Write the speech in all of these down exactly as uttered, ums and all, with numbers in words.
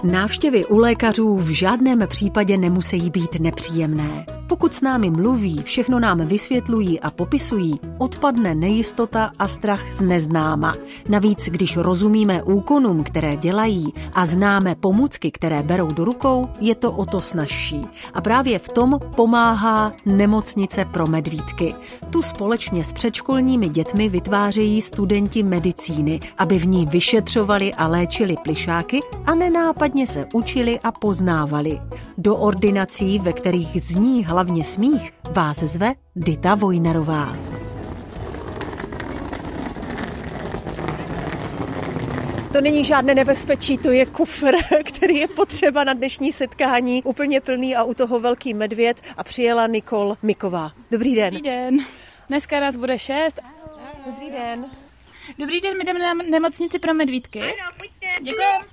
Návštěvy u lékařů v žádném případě nemusí být nepříjemné. Pokud s námi mluví, všechno nám vysvětlují a popisují, odpadne nejistota a strach z neznáma. Navíc, když rozumíme úkonům, které dělají a známe pomůcky, které berou do rukou, je to o to snazší. A právě v tom pomáhá Nemocnice pro medvídky. Tu společně s předškolními dětmi vytvářejí studenti medicíny, aby v ní vyšetřovali a léčili plyšáky a nenápadně se učili a poznávali. Do ordinací, ve kterých zní hlavně smích, vás zve Dita Vojnarová. To není žádné nebezpečí, to je kufr, který je potřeba na dnešní setkání, úplně plný a u toho velký medvěd a přijela Nikol Miková. Dobrý den. Dobrý den. Dneska nás bude šest. Dobrý den. Dobrý den, my jdeme na Nemocnici pro medvídky. Ano, pojďte. Děkuji.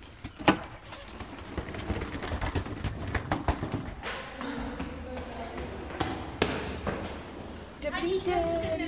Dobrý den.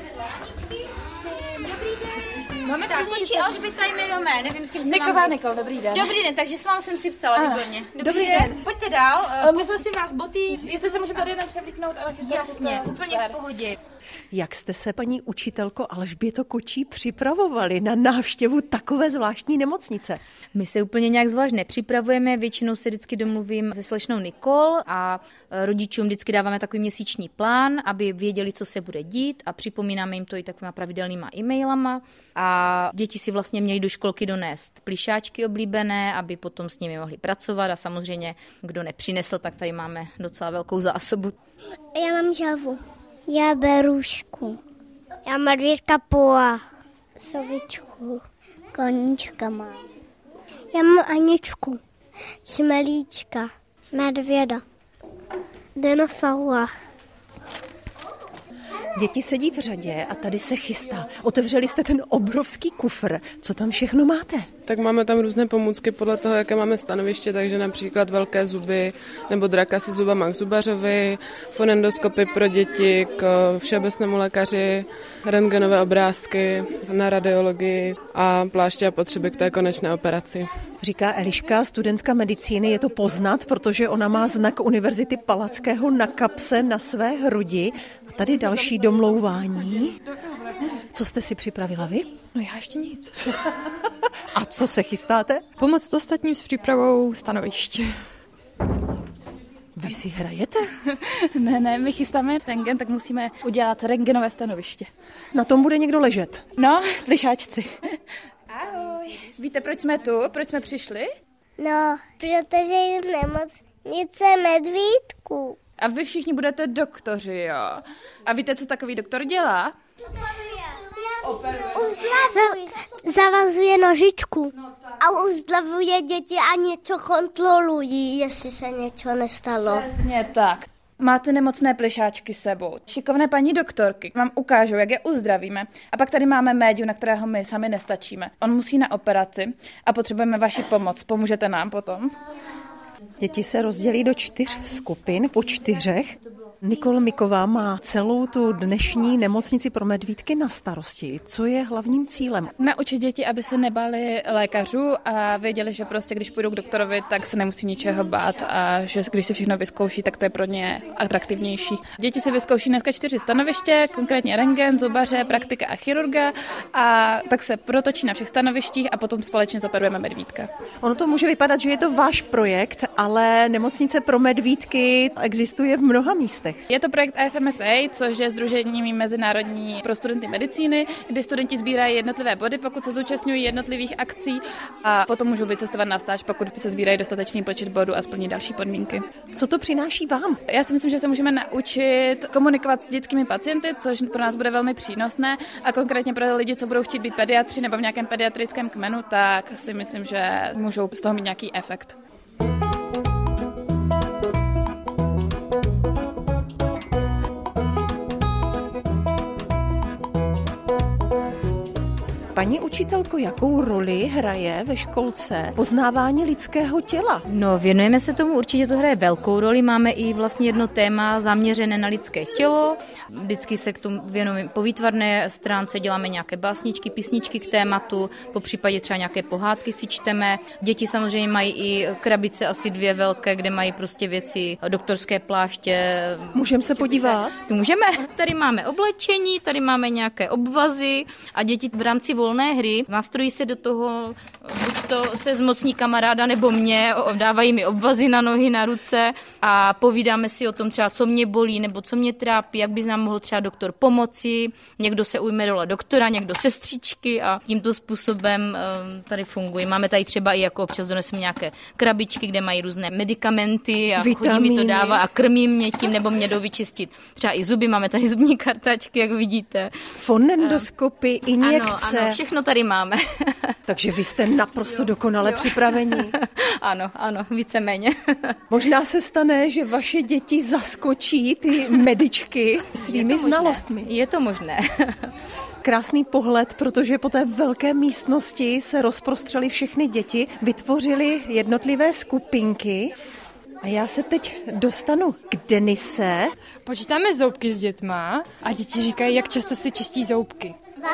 Dobrý den. Máme Tak, končí Alžběta Jmiromé, nevím, s kým se Niková mám... Nikol, dobrý den. Dobrý den, takže s vámi jsem si psala, Ano. výborně. Dobrý, Dobrý den. den. Pojďte dál, uh, poprosím vás boty. Jestli se můžeme tady jenom převlíknout a nachystat. Jasně, to, úplně super. v pohodě. Jak jste se, paní učitelko Alžběto Kočí, připravovali na návštěvu takové zvláštní nemocnice? My se úplně nějak zvlášť nepřipravujeme, většinou se vždycky domluvím se slečnou Nikol a rodičům vždycky dáváme takový měsíční plán, aby věděli, co se bude dít a připomínáme jim to i takovýma pravidelnýma e-mailama a děti si vlastně měli do školky donést plyšáčky oblíbené, aby potom s nimi mohli pracovat a samozřejmě, kdo nepřinesl, tak tady máme docela velkou zásobu. Já mám želvu. Já berušku. Já medvědka Pola. Sovičku. Koníčka mám. Já mám Aničku. Čmelíčka. Medvěda. Dinosaura. Děti sedí v řadě a tady se chystá. Otevřeli jste ten obrovský kufr. Co tam všechno máte? Tak máme tam různé pomůcky podle toho, jaké máme stanoviště, takže například velké zuby nebo draka si zubama k zubařovi, fonendoskopy pro děti k všeobecnému lékaři, rentgenové obrázky na radiologii a pláště a potřeby k té konečné operaci. Říká Eliška, studentka medicíny, je to poznat, protože ona má znak Univerzity Palackého na kapse na své hrudi. A tady další domlouvání. Co jste si připravila vy? No já ještě nic. A co se chystáte? Pomoct ostatním s přípravou stanoviště. Vy si hrajete? Ne, ne, my chystáme rentgen, tak musíme udělat rentgenové stanoviště. Na tom bude někdo ležet. No, plyšáčci. Ahoj. Víte, proč jsme tu? Proč jsme přišli? No, protože je nemocnice medvídků. A vy všichni budete doktoři, jo? A víte, co takový doktor dělá? Za- zavazuje nožičku a uzdravuje děti a něco kontrolují, jestli se něco nestalo. Přesně tak. Máte nemocné plyšáčky s sebou. Šikovné paní doktorky vám ukážou, jak je uzdravíme. A pak tady máme médium, na kterého my sami nestačíme. On musí na operaci a potřebujeme vaši pomoc. Pomůžete nám potom? Děti se rozdělí do čtyř skupin po čtyřech. Nikol Miková má celou tu dnešní nemocnici pro medvídky na starosti. Co je hlavním cílem? Naučit děti, aby se nebáli lékařů a věděli, že prostě když půjdou k doktorovi, tak se nemusí ničeho bát a že když se všechno vyzkouší, tak to je pro ně atraktivnější. Děti si vyzkouší dneska čtyři stanoviště, konkrétně rentgen, zubaře, praktika a chirurga a tak se protočí na všech stanovištích a potom společně zoperujeme medvídka. Ono to může vypadat, že je to váš projekt, ale nemocnice pro medvídky existuje v mnoha místech. Je to projekt I F M S A, což je sdružení mezinárodní pro studenty medicíny, kdy studenti sbírají jednotlivé body, pokud se zúčastňují jednotlivých akcí a potom můžou vycestovat na stáž, pokud se sbírají dostatečný počet bodů a splní další podmínky. Co to přináší vám? Já si myslím, že se můžeme naučit komunikovat s dětskými pacienty, což pro nás bude velmi přínosné a konkrétně pro lidi, co budou chtít být pediatři nebo v nějakém pediatrickém kmenu, tak si myslím, že můžou z toho mít nějaký efekt. Paní učitelko, jakou roli hraje ve školce poznávání lidského těla? No, věnujeme se tomu, určitě to hraje velkou roli. Máme i vlastně jedno téma zaměřené na lidské tělo. Vždycky se k tomu věnujeme po výtvarné stránce, děláme nějaké básničky, písničky k tématu, po případě třeba nějaké pohádky si čteme. Děti samozřejmě mají i krabice asi dvě velké, kde mají prostě věci, doktorské pláště. Můžeme se podívat? Můžeme. Tady máme oblečení, tady máme nějaké obvazy a děti v rámci volné hry nástrojí se do toho, buď to se zmocní kamaráda nebo mě, dávají mi obvazy na nohy, na ruce a povídáme si o tom třeba, co mě bolí nebo co mě trápí, jak by nám mohl třeba doktor pomoci. Někdo se ujme role doktora, někdo sestřičky a tímto způsobem tady fungují. Máme tady třeba i jako občas doneseme nějaké krabičky, kde mají různé medicamenty a vitamíny. Chodí mi to dává a krmí mě tím, nebo mě jdou vyčistit třeba i zuby. Máme tady zubní kartačky, jak vidíte. Fonendoskopy, injekce. Ano, ano, všechno tady máme. Takže vy jste naprosto dokonale jo. připravení. Ano, ano, víceméně. Možná se stane, že vaše děti zaskočí ty medičky svými je znalostmi. Je to možné. Krásný pohled, protože po té velké místnosti se rozprostřely všechny děti, vytvořili jednotlivé skupinky. A já se teď dostanu k Denise. Počítáme zoubky s dětma a děti říkají, jak často si čistí zoubky.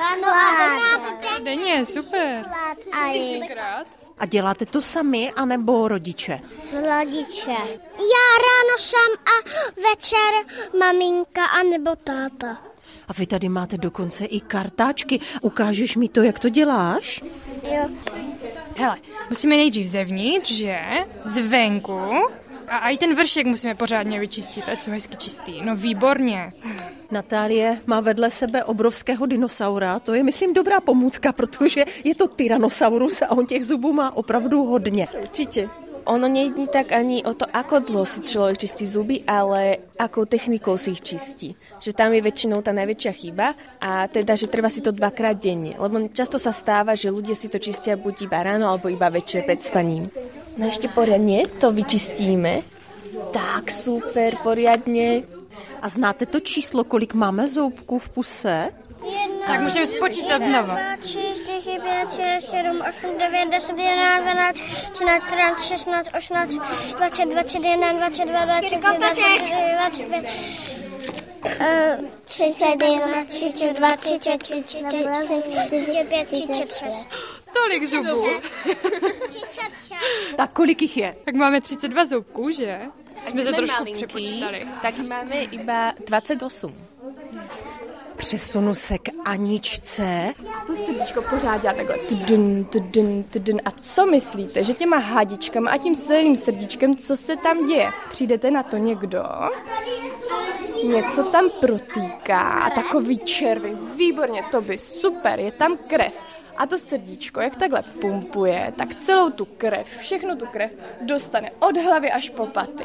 Denně, super. A děláte to sami, anebo rodiče? Rodiče. Já ráno sám a večer maminka, anebo táta. A vy tady máte dokonce i kartáčky. Ukážeš mi to, jak to děláš? Jo. Hele, musíme nejdřív zevnitř, že? Zvenku. A i ten vršek musíme pořádně vyčistit, ať jsou hezky čistý. No výborně. Natálie má vedle sebe obrovského dinosaura. To je, myslím, dobrá pomůcka, protože je to Tyrannosaurus a on těch zubů má opravdu hodně. Určite. Ono nejde tak ani o to, ako dlho si človek čistí zuby, ale akou technikou si ich čistí. Že tam je väčšinou tá najväčšia chyba a teda, že treba si to dvakrát denne. Lebo často sa stáva, že ľudia si to čistia buď iba ráno, alebo iba večer pred spaním. No ešte poriadne to vyčistíme. Tak, super, poriadne. A znáte to číslo, kolik máme zoubků v puse? Tak můžeme spočítat znova. tři, čtyři, pět, šest, sedm, osm, devět, deset, jedenáct, dvanáct, třináct, čtrnáct, šestnáct, osmnáct, dvacet, dvacet jedna, dvacet dva, dvacet tři, dvacet čtyři, dvacet pět, třicet jedna, třicet dva, třicet tři, třicet pět, třicet šest. Tolik zubů. Tak kolik jich je? Tak máme třicet dva zoubků, že? Jsme se trošku přepočítali. Tak máme iba dvacet osm. Přesunu se k Aničce. To srdíčko pořád dělá takhle tudun, tudun, tudun. A co myslíte, že těma hadičkama a tím celým srdíčkem, co se tam děje? Přijdete na to někdo? Něco tam protýká a takový červy. Výborně, to by super, je tam krev. A to srdíčko, jak takhle pumpuje, tak celou tu krev, všechno tu krev dostane od hlavy až po paty.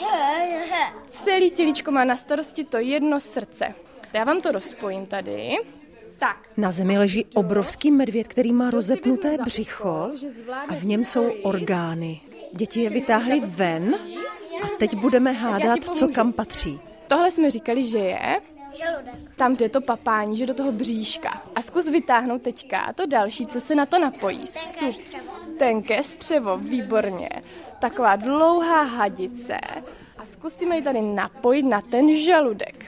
Celý tělíčko má na starosti to jedno srdce. Já vám to rozpojím tady. Tak. Na zemi leží obrovský medvěd, který má rozepnuté břicho a v něm jsou orgány. Děti je vytáhly ven a teď budeme hádat, co kam patří. Tohle jsme říkali, že je žaludek. Tam, kde je to papání, že do toho bříška. A zkus vytáhnout teďka to další, co se na to napojí. Tenké střevo. Tenké střevo, výborně. Taková dlouhá hadice. A zkusíme ji tady napojit na ten žaludek.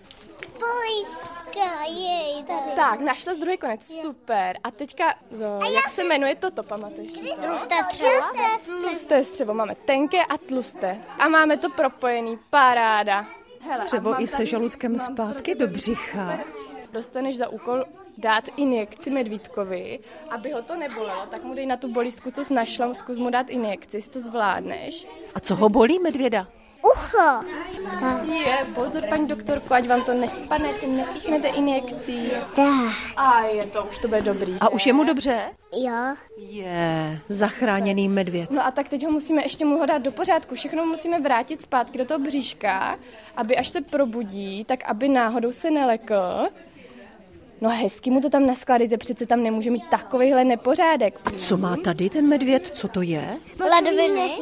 Políska, jej, tady. Tak, našla z druhý konec, super. A teďka, zo, jak se jmenuje toto, pamatuješ? Tlusté střevo. Tlusté střevo, máme tenké a tlusté. A máme to propojený, paráda. Hele, střevo i se žaludkem zpátky do břicha. Dostaneš za úkol dát injekci medvídkovi, aby ho to nebolelo, tak mu dej na tu bolístku, co jsi našla, zkus mu dát injekci, jestli to zvládneš. A co ho bolí medvěda? Ucho. Je, pozor, paní doktorko, ať vám to nespadne, ať se nepíchnete injekcí. Tak. A je to, už to bude dobrý. A už je mu dobře? Jo. Je, zachráněný medvěd. No a tak teď ho musíme ještě mu ho dát do pořádku. Všechno musíme vrátit zpátky do toho bříška, aby až se probudí, tak aby náhodou se nelekl. No hezky mu to tam naskládejte, přece tam nemůže mít takovejhle nepořádek. A co má tady ten medvěd? Co to je? Ledviny.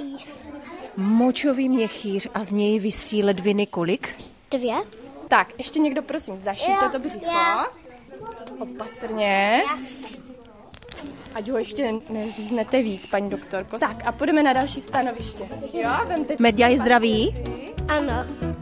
Močový měchýř a z něj visí ledviny kolik? Dvě. Tak, ještě někdo prosím, zašijte to břicho. Já. Opatrně. Ať ho ještě neříznete víc, paní doktorko. Tak a půjdeme na další stanoviště. Jo, vemte... Media je zdravý? Ano.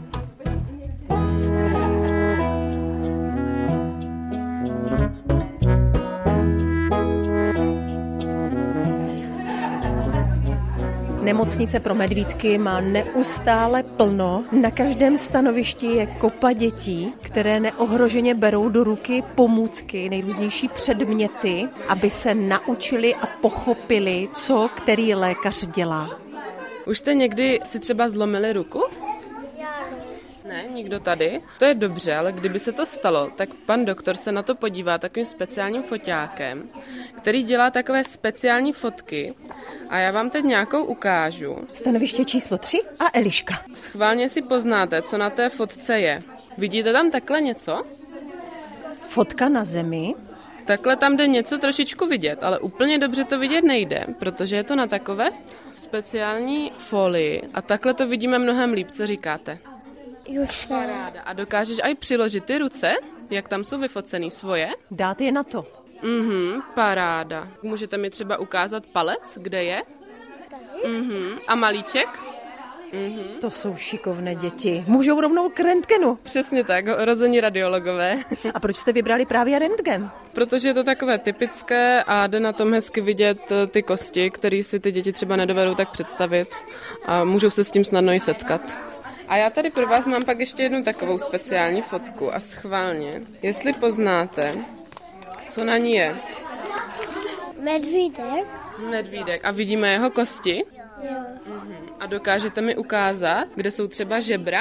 Nemocnice pro medvídky má neustále plno. Na každém stanovišti je kopa dětí, které neohroženě berou do ruky pomůcky, nejrůznější předměty, aby se naučili a pochopili, co který lékař dělá. Už jste někdy si třeba zlomili ruku? Ne, nikdo tady. To je dobře, ale kdyby se to stalo, tak pan doktor se na to podívá takovým speciálním foťákem, který dělá takové speciální fotky a já vám teď nějakou ukážu. Stanoviště číslo tři a Eliška. Schválně si poznáte, co na té fotce je. Vidíte tam takhle něco? Fotka na zemi. Takhle tam jde něco trošičku vidět, ale úplně dobře to vidět nejde, protože je to na takové speciální folii a takhle to vidíme mnohem líp, co říkáte? Paráda. A dokážeš aj přiložit ty ruce, jak tam jsou vyfocený svoje? Dát je na to. Mhm, paráda. Můžete mi třeba ukázat palec, kde je? Mhm. A malíček? Mhm. To jsou šikovné děti. Můžou rovnou k rentgenu. Přesně tak, rození radiologové. A proč jste vybrali právě rentgen? Protože je to takové typické a jde na tom hezky vidět ty kosti, které si ty děti třeba nedovedou tak představit a můžou se s tím snadno i setkat. A já tady pro vás mám pak ještě jednu takovou speciální fotku a schválně, jestli poznáte, co na ní je. Medvídek. Medvídek. A vidíme jeho kosti? Jo. Mhm. A dokážete mi ukázat, kde jsou třeba žebra?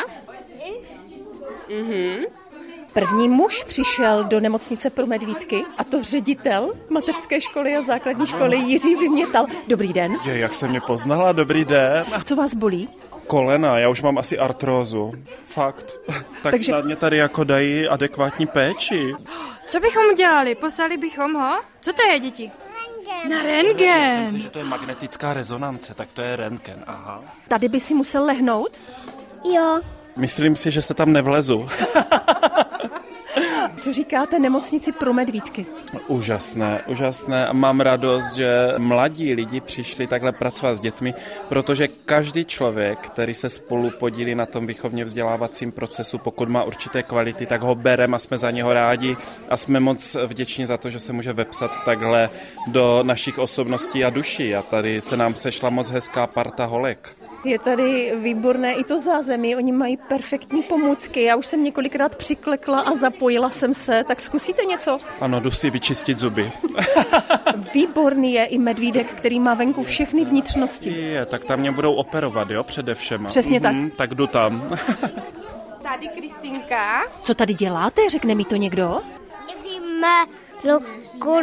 Mhm. První muž přišel do nemocnice pro medvídky, a to ředitel mateřské školy a základní školy Jiří Vymětal. Dobrý den. Je, jak se mě poznala, dobrý den. Co vás bolí? Kolena, já už mám asi artrózu. Fakt. Tak Takže... snad mě tady jako dají adekvátní péči. Co bychom udělali? Poslali bychom ho? Co to je, děti? Na rentgen. Myslím si, že to je magnetická rezonance, tak to je rentgen, aha. Tady by si musel lehnout? Jo. Myslím si, že se tam nevlezu. Co říkáte nemocnici pro medvídky? Úžasné, úžasné. Mám radost, že mladí lidi přišli takhle pracovat s dětmi, protože každý člověk, který se spolu podílí na tom výchovně vzdělávacím procesu, pokud má určité kvality, tak ho berem a jsme za něho rádi a jsme moc vděční za to, že se může vepsat takhle do našich osobností a duší. A tady se nám sešla moc hezká parta holek. Je tady výborné i to zázemí, oni mají perfektní pomůcky. Já už jsem několikrát přiklekla a zapojila jsem se, tak zkusíte něco? Ano, jdu si vyčistit zuby. Výborný je i medvídek, který má venku všechny vnitřnosti. Je, tak tam mě budou operovat, jo, především. Přesně mhm, tak. Tak jdu tam. Tady Kristýnka. Co tady děláte? Řekne mi to někdo? Víme ruku.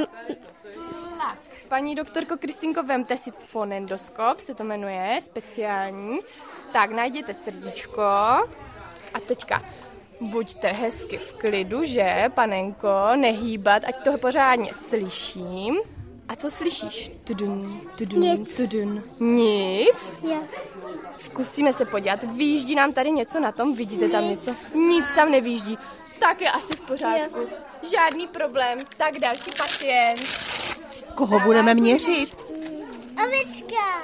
Paní doktorko Kristýnko, vemte si fonendoskop, se to jmenuje, speciální. Tak, najděte srdíčko a teďka buďte hezky v klidu, že, panenko, nehýbat, ať to pořádně slyším. A co slyšíš? Tudun, tudun, Nic. tudun. Nic? Je. Zkusíme se podívat. Výjíždí nám tady něco na tom? Vidíte tam něco? Nic tam nevýjíždí. Tak je asi v pořádku. Žádný problém. Tak další pacient. Koho budeme měřit? Ovečka.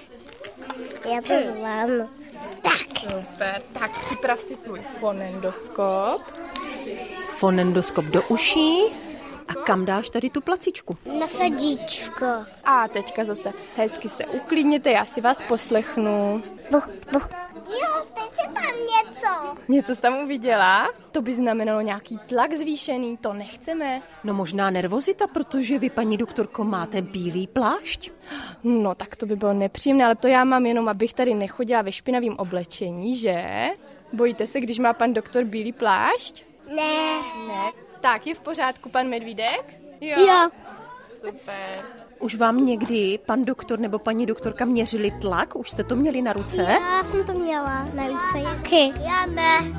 Já to zvládnu. Tak. Super. Tak připrav si svůj fonendoskop. Fonendoskop do uší. A kam dáš tady tu placičku? Na srdíčko. A teďka zase hezky se uklidněte, já si vás poslechnu. Buch, buch. Jo, teď je tam něco. Něco jsi tam uviděla? To by znamenalo nějaký tlak zvýšený, to nechceme. No možná nervozita, protože vy, paní doktorko, máte bílý plášť. No tak to by bylo nepříjemné, ale to já mám jenom, abych tady nechodila ve špinavém oblečení, že? Bojíte se, když má pan doktor bílý plášť? Ne. Ne. Tak, je v pořádku pan Medvídek? Jo. Jo. Super. Už vám někdy pan doktor nebo paní doktorka měřili tlak? Už jste to měli na ruce? Já jsem to měla na ruce. Jaký? Já ne.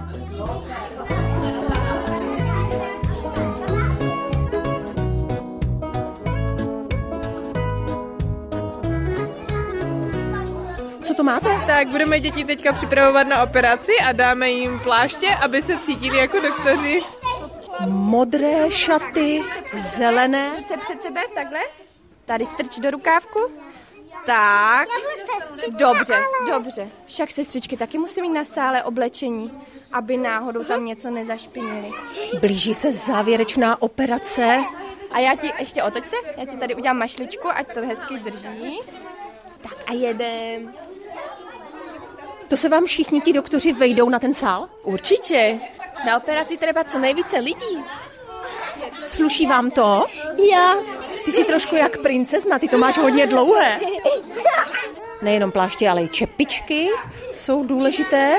Co to máte? Tak budeme děti teďka připravovat na operaci a dáme jim pláště, aby se cítili jako doktoři. Modré šaty, zelené. Ruce před sebe, takhle. Tady strč do rukávku. Tak. Dobře, dobře. Však sestřičky taky musí mít na sále oblečení, aby náhodou tam něco nezašpinili. Blíží se závěrečná operace. A já ti, ještě otoč se, já ti tady udělám mašličku, ať to hezky drží. Tak a jedem. To se vám všichni ti doktoři vejdou na ten sál? Určitě. Na operaci treba co nejvíce lidí. Sluší vám to? Jo. Ty jsi trošku jak princezna, ty to máš hodně dlouhé. Nejenom pláště, ale i čepičky jsou důležité.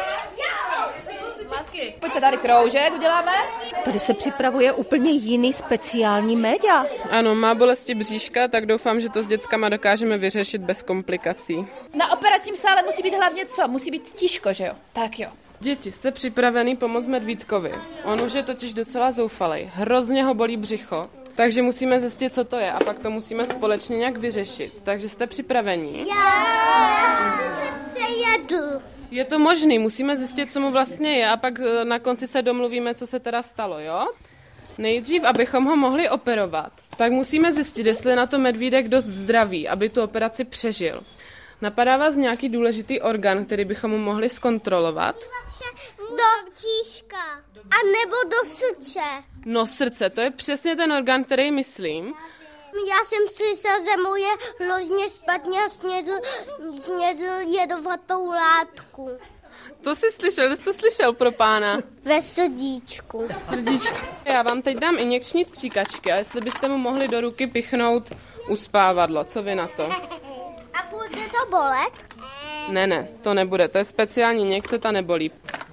Pojďte tady kroužek, uděláme. Tady se připravuje úplně jiný speciální média. Ano, má bolesti bříška, tak doufám, že to s dětskama dokážeme vyřešit bez komplikací. Na operačním sále musí být hlavně co? Musí být tiško, že jo? Tak jo. Děti, jste připravený pomoct medvídkovi? On už je totiž docela zoufalej. Hrozně ho bolí břicho, takže musíme zjistit, co to je a pak to musíme společně nějak vyřešit. Takže jste připravení? Já jsem se jedl. Je to možný, musíme zjistit, co mu vlastně je a pak na konci se domluvíme, co se teda stalo, jo? Nejdřív, abychom ho mohli operovat, tak musíme zjistit, jestli je na to medvídek dost zdravý, aby tu operaci přežil. Napadá vás nějaký důležitý orgán, který bychom mu mohli zkontrolovat? Do bříška. A nebo do srdce. No srdce, to je přesně ten orgán, který myslím. Já jsem slyšel, že mu je hrozně špatně a snědl, snědl jedovatou látku. To jsi slyšel, kde jsi to slyšel pro pána? Ve srdíčku. Srdíčku. Já vám teď dám injekční stříkačky a jestli byste mu mohli do ruky pichnout uspávadlo, co vy na to? A bude to bolet? Ne, ne, to nebude, to je speciální injekce, ta nebolí.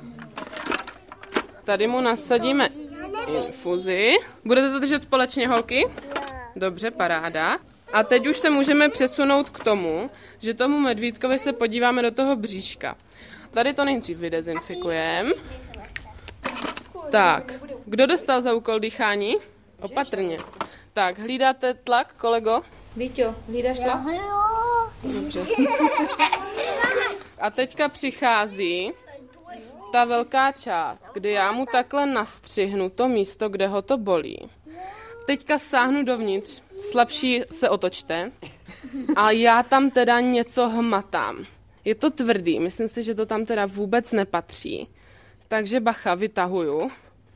Tady mu nasadíme infuzi. Budete to držet společně, holky? Dobře, paráda. A teď už se můžeme přesunout k tomu, že tomu medvídkovi se podíváme do toho bříška. Tady to nejdřív vydezinfikujeme. Tak, kdo dostal za úkol dýchání? Opatrně. Tak, hlídáte tlak, kolego? Víťo, hlídáš tlak? Dobře. A teďka přichází ta velká část, kdy já mu takhle nastřihnu to místo, kde ho to bolí. Teďka sáhnu dovnitř, slabší se otočte a já tam teda něco hmatám. Je to tvrdý, myslím si, že to tam teda vůbec nepatří. Takže bacha, vytahuju.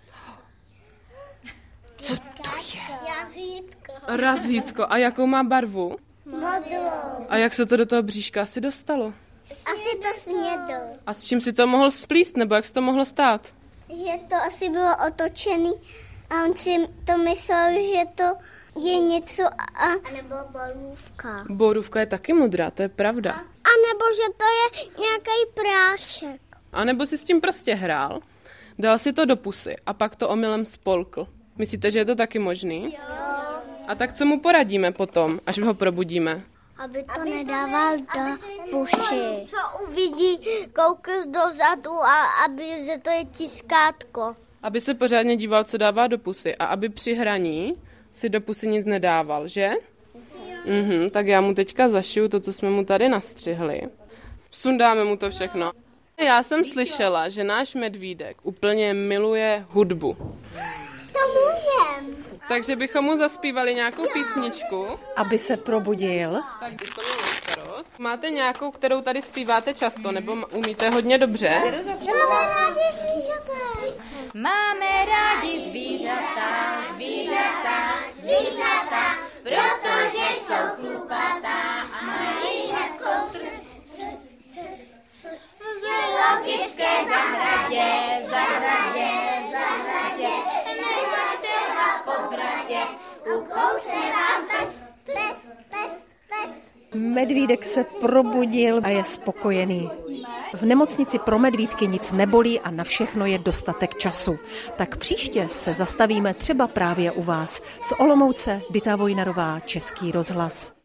Co to je? Razítko. Razítko. A jakou má barvu? Modrou. A jak se to do toho bříška asi dostalo? Asi to snědl. A s čím si to mohl splíst, nebo jak se to mohlo stát? Že to asi bylo otočený a on si to myslel, že to je něco a... A nebo borůvka. Borůvka je taky modrá, to je pravda. A nebo že to je nějaký prášek. A nebo si s tím prostě hrál, dal si to do pusy a pak to omylem spolkl. Myslíte, že je to taky možný? Jo. A tak co mu poradíme potom, až ho probudíme? Aby to aby nedával to do puši. Co uvidí, koukl dozadu a aby, že to je tiskátko. Aby se pořádně díval, co dává do pusy a aby při hraní si do pusy nic nedával, že? Mhm, tak já mu teďka zašiju to, co jsme mu tady nastřihli. Sundáme mu to všechno. Já jsem slyšela, že náš medvídek úplně miluje hudbu. To můžem. Takže bychom mu zaspívali nějakou písničku. Aby se probudil. Tak děkuji na starost. Máte nějakou, kterou tady zpíváte často, nebo umíte hodně dobře? Máme rádi zvířata. Máme rádi zvířata, zvířata, zvířata, protože jsou chlupatá a mají hladkou srst. V zoologické zahradě, zahradě, zahradě, nemáte po bratě, ukousne vám pes, pes, pes, pes. Medvídek se probudil a je spokojený. V nemocnici pro medvídky nic nebolí a na všechno je dostatek času. Tak příště se zastavíme třeba právě u vás. Z Olomouce Dita Vojnarová, Český rozhlas.